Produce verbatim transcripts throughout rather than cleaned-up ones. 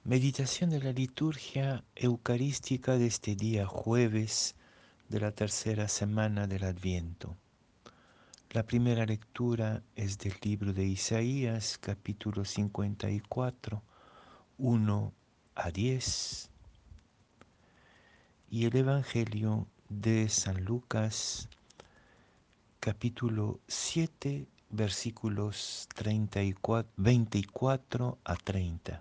Meditación de la liturgia eucarística de este día jueves de la tercera semana del Adviento. La primera lectura es del libro de Isaías, capítulo cincuenta y cuatro, uno a diez, y el Evangelio de San Lucas, capítulo siete, versículos treinta y cuatro, veinticuatro a treinta.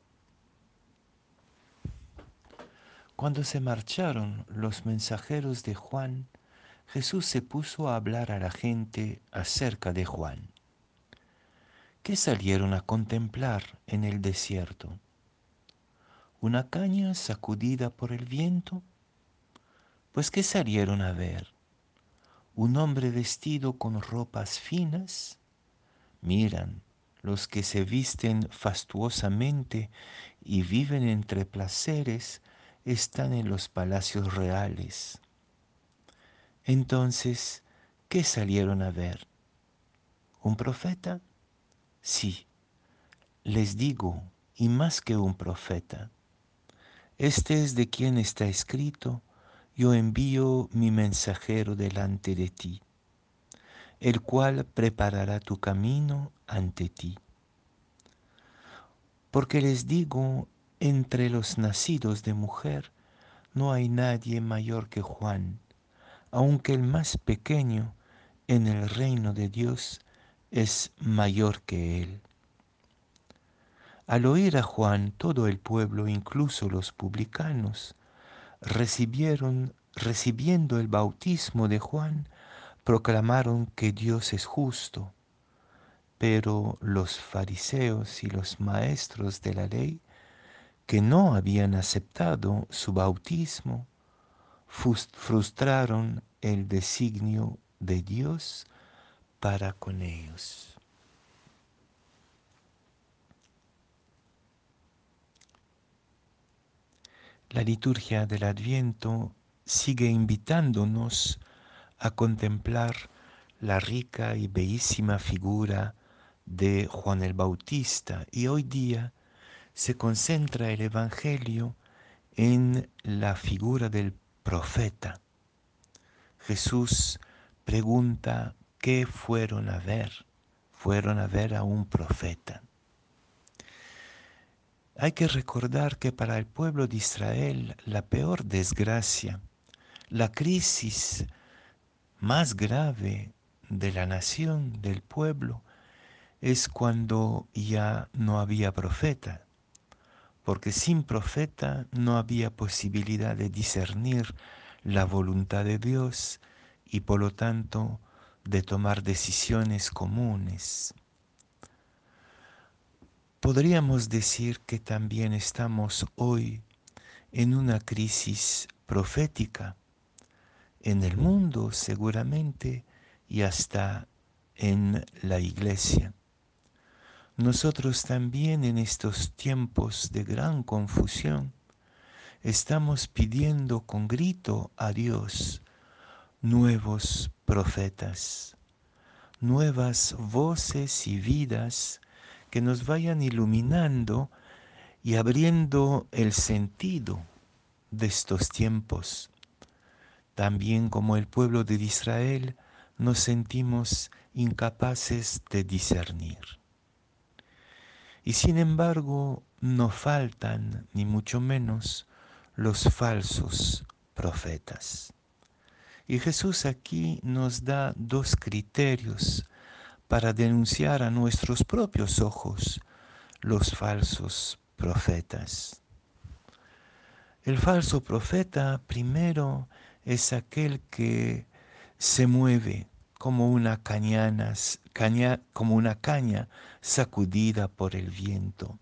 Cuando se marcharon los mensajeros de Juan, Jesús se puso a hablar a la gente acerca de Juan. ¿Qué salieron a contemplar en el desierto? ¿Una caña sacudida por el viento? Pues ¿qué salieron a ver? ¿Un hombre vestido con ropas finas? Miran, los que se visten fastuosamente y viven entre placeres están en los palacios reales. Entonces, ¿qué salieron a ver? ¿Un profeta? Sí, les digo, y más que un profeta. Este es de quien está escrito, yo envío mi mensajero delante de ti, el cual preparará tu camino ante ti. Porque les digo, entre los nacidos de mujer no hay nadie mayor que Juan, aunque el más pequeño en el reino de Dios es mayor que él. Al oír a Juan, todo el pueblo, incluso los publicanos, recibieron, recibiendo el bautismo de Juan, proclamaron que Dios es justo. Pero los fariseos y los maestros de la ley, que no habían aceptado su bautismo, frustraron el designio de Dios para con ellos. La liturgia del Adviento sigue invitándonos a contemplar la rica y bellísima figura de Juan el Bautista, y hoy día se concentra el Evangelio en la figura del profeta. Jesús pregunta qué fueron a ver. Fueron a ver a un profeta. Hay que recordar que para el pueblo de Israel la peor desgracia, la crisis más grave de la nación, del pueblo, es cuando ya no había profeta, porque sin profeta no había posibilidad de discernir la voluntad de Dios y por lo tanto de tomar decisiones comunes. Podríamos decir que también estamos hoy en una crisis profética, en el mundo seguramente y hasta en la iglesia. Nosotros también en estos tiempos de gran confusión estamos pidiendo con grito a Dios nuevos profetas, nuevas voces y vidas que nos vayan iluminando y abriendo el sentido de estos tiempos. También como el pueblo de Israel nos sentimos incapaces de discernir. Y sin embargo no faltan, ni mucho menos, los falsos profetas. Y Jesús aquí nos da dos criterios para denunciar a nuestros propios ojos los falsos profetas. El falso profeta primero es aquel que se mueve como una cañana, caña, como una caña sacudida por el viento.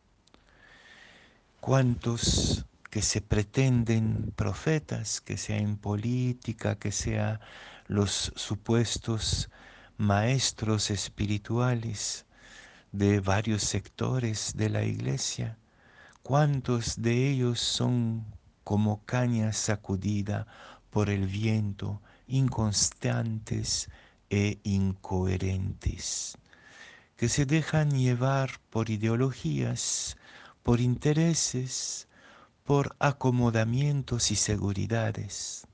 ¿Cuántos que se pretenden profetas, que sea en política, que sea los supuestos maestros espirituales de varios sectores de la iglesia? ¿Cuántos de ellos son como caña sacudida por el viento, inconstantes e incoherentes, que se dejan llevar por ideologías, por intereses, por acomodamientos y seguridades.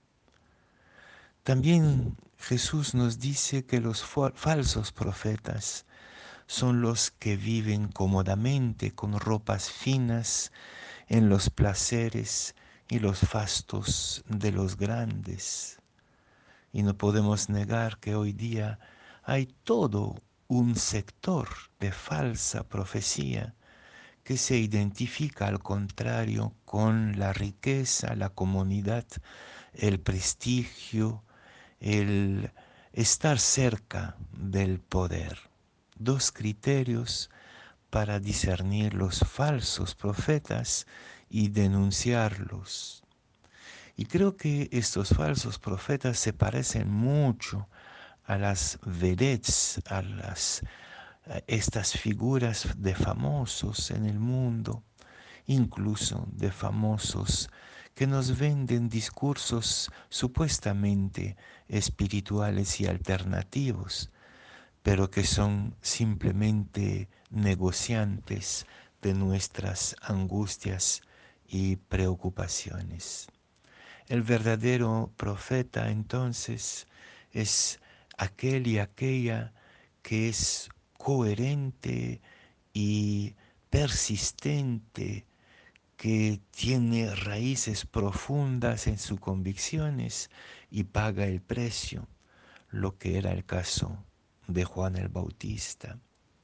También Jesús nos dice que los falsos profetas son los que viven cómodamente con ropas finas en los placeres y los fastos de los grandes. Y no podemos negar que hoy día hay todo un sector de falsa profecía que se identifica al contrario con la riqueza, la comunidad, el prestigio, el estar cerca del poder. Dos criterios para discernir los falsos profetas y denunciarlos. Y creo que estos falsos profetas se parecen mucho a las vedettes, a las a estas figuras de famosos en el mundo, incluso de famosos que nos venden discursos supuestamente espirituales y alternativos, pero que son simplemente negociantes de nuestras angustias y preocupaciones. El verdadero profeta entonces es aquel y aquella que es coherente y persistente, que tiene raíces profundas en sus convicciones y paga el precio, lo que era el caso de Juan el Bautista.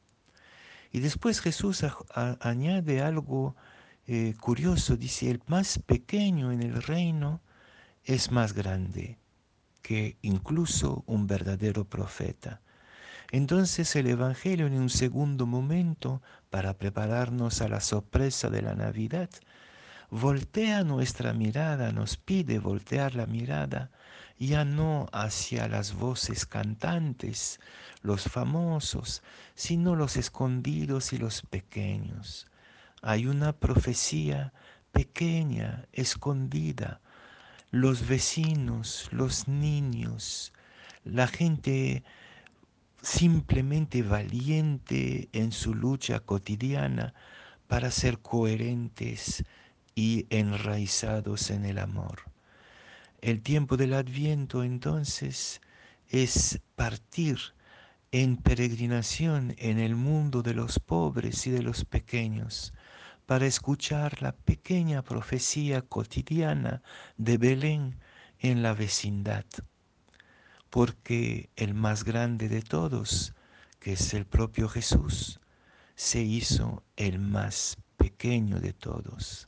Y después Jesús a, a, añade algo eh, curioso, dice, el más pequeño en el reino es más grande que incluso un verdadero profeta. Entonces el Evangelio en un segundo momento, para prepararnos a la sorpresa de la Navidad, voltea nuestra mirada, nos pide voltear la mirada ya no hacia las voces cantantes, los famosos, sino los escondidos y los pequeños. Hay una profecía pequeña, escondida, los vecinos, los niños, la gente simplemente valiente en su lucha cotidiana para ser coherentes y enraizados en el amor. El tiempo del Adviento entonces es partir en peregrinación en el mundo de los pobres y de los pequeños para escuchar la pequeña profecía cotidiana de Belén en la vecindad, porque el más grande de todos, que es el propio Jesús, se hizo el más pequeño de todos.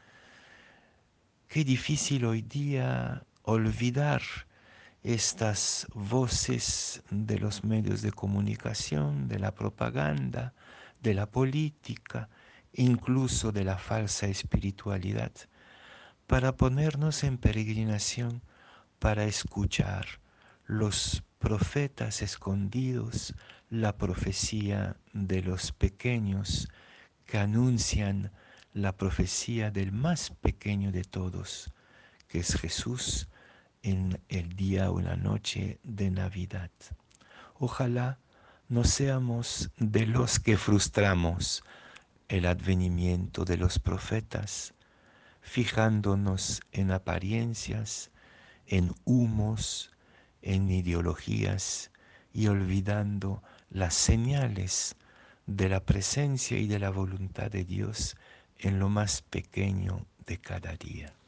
Qué difícil hoy día olvidar estas voces de los medios de comunicación, de la propaganda, de la política, incluso de la falsa espiritualidad, para ponernos en peregrinación, para escuchar los profetas escondidos, la profecía de los pequeños que anuncian la profecía del más pequeño de todos, que es Jesús en el día o en la noche de Navidad. Ojalá no seamos de los que frustramos el advenimiento de los profetas, fijándonos en apariencias, en humos, en ideologías y olvidando las señales de la presencia y de la voluntad de Dios en lo más pequeño de cada día.